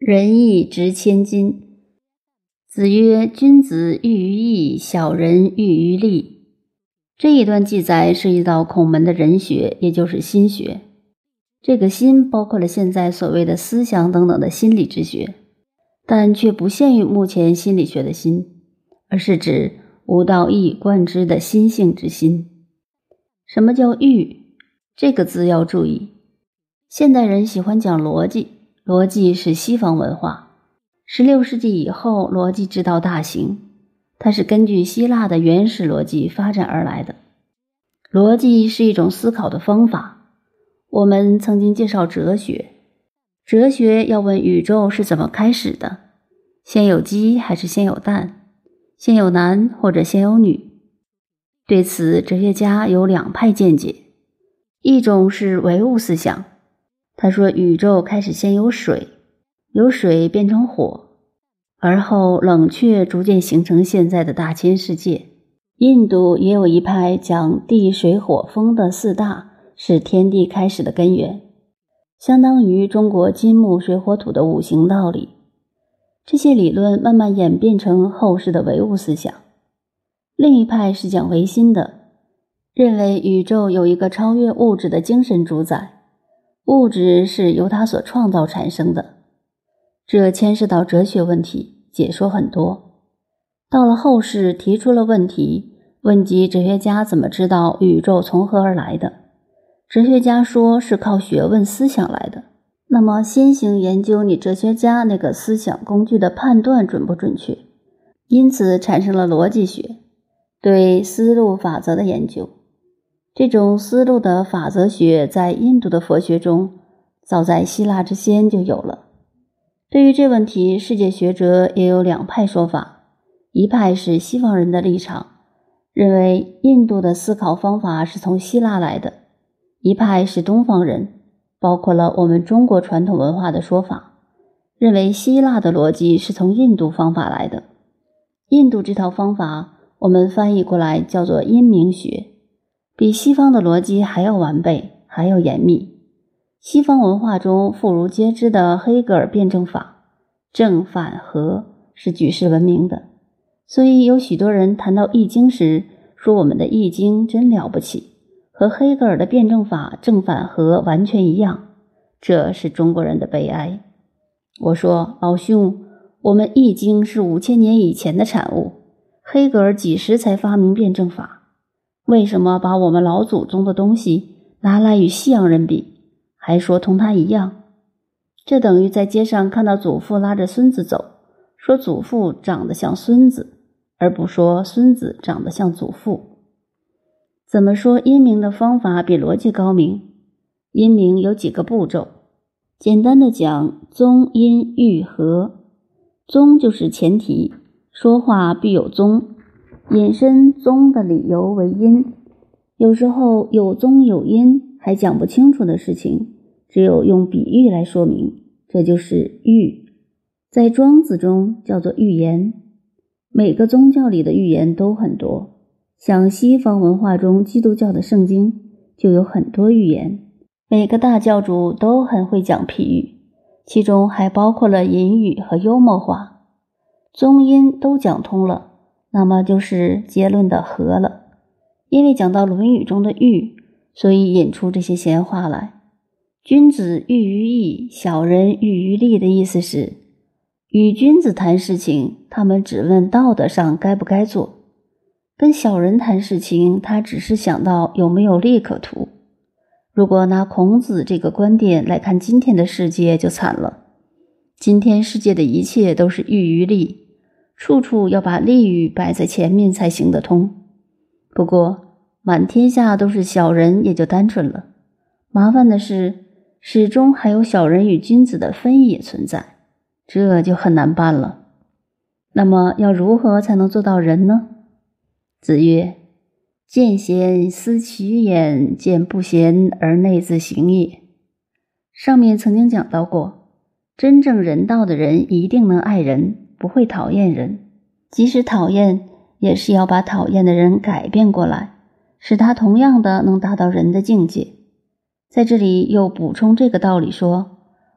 仁义值千金。子曰：君子喻于义，小人喻于利。这一段记载涉及到孔门的仁学，也就是心学。这个心包括了现在所谓的思想等等的心理之学，但却不限于目前心理学的心，而是指吾道一以贯之的心性之心。什么叫喻？这个字要注意，现代人喜欢讲逻辑，逻辑是西方文化。16世纪以后，逻辑之道大行，它是根据希腊的原始逻辑发展而来的。逻辑是一种思考的方法。我们曾经介绍哲学，哲学要问宇宙是怎么开始的，先有鸡还是先有蛋，先有男或者先有女。对此，哲学家有两派见解。一种是唯物思想，他说宇宙开始先有水，由水变成火，而后冷却逐渐形成现在的大千世界。印度也有一派讲地水火风的四大是天地开始的根源，相当于中国金木水火土的五行道理。这些理论慢慢演变成后世的唯物思想。另一派是讲唯心的，认为宇宙有一个超越物质的精神主宰，物质是由它所创造产生的。这牵涉到哲学问题，解说很多。到了后世提出了问题，问及哲学家怎么知道宇宙从何而来的。哲学家说是靠学问思想来的。那么先行研究你哲学家那个思想工具的判断准不准确，因此产生了逻辑学，对思路法则的研究。这种思路的法则学在印度的佛学中早在希腊之先就有了。对于这问题，世界学者也有两派说法。一派是西方人的立场，认为印度的思考方法是从希腊来的；一派是东方人，包括了我们中国传统文化的说法，认为希腊的逻辑是从印度方法来的。印度这套方法我们翻译过来叫做因明学，比西方的逻辑还要完备，还要严密。西方文化中妇孺皆知的黑格尔辩证法，正反合是举世闻名的，所以有许多人谈到易经时说我们的易经真了不起，和黑格尔的辩证法正反合完全一样，这是中国人的悲哀。我说老兄，我们易经是5000年以前的产物，黑格尔几时才发明辩证法？为什么把我们老祖宗的东西拿来与西洋人比，还说同他一样？这等于在街上看到祖父拉着孙子走，说祖父长得像孙子，而不说孙子长得像祖父。怎么说因明的方法比逻辑高明？因明有几个步骤，简单的讲，宗因寓合。宗就是前提，说话必有宗，引申宗的理由为因。有时候有宗有因还讲不清楚的事情，只有用比喻来说明，这就是寓。在庄子中叫做寓言。每个宗教里的寓言都很多，像西方文化中基督教的圣经就有很多寓言。每个大教主都很会讲譬喻，其中还包括了隐喻和幽默话。宗因都讲通了，那么就是结论的合了。因为讲到论语中的喻，所以引出这些闲话来。君子喻于义，小人喻于利的意思是，与君子谈事情，他们只问道德上该不该做；跟小人谈事情，他只是想到有没有利可图。如果拿孔子这个观点来看今天的世界，就惨了。今天世界的一切都是喻于利，处处要把利益摆在前面才行得通。不过满天下都是小人，也就单纯了。麻烦的是，始终还有小人与君子的分野存在，这就很难办了。那么要如何才能做到仁呢？子曰：见贤思齐焉，见不贤而内自省也。上面曾经讲到过，真正人道的人一定能爱人，不会讨厌人，即使讨厌，也是要把讨厌的人改变过来，使他同样的能达到人的境界。在这里又补充这个道理说，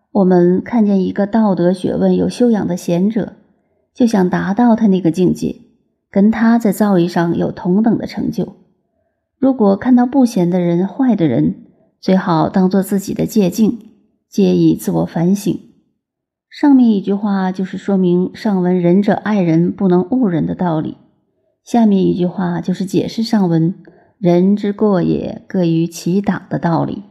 我们看见一个道德学问有修养的贤者，就想达到他那个境界，跟他在造诣上有同等的成就。如果看到不贤的人、坏的人，最好当作自己的借镜，借以自我反省。上面一句话就是说明上文仁者爱人，不能误人的道理，下面一句话就是解释上文人之过也，各于其党的道理。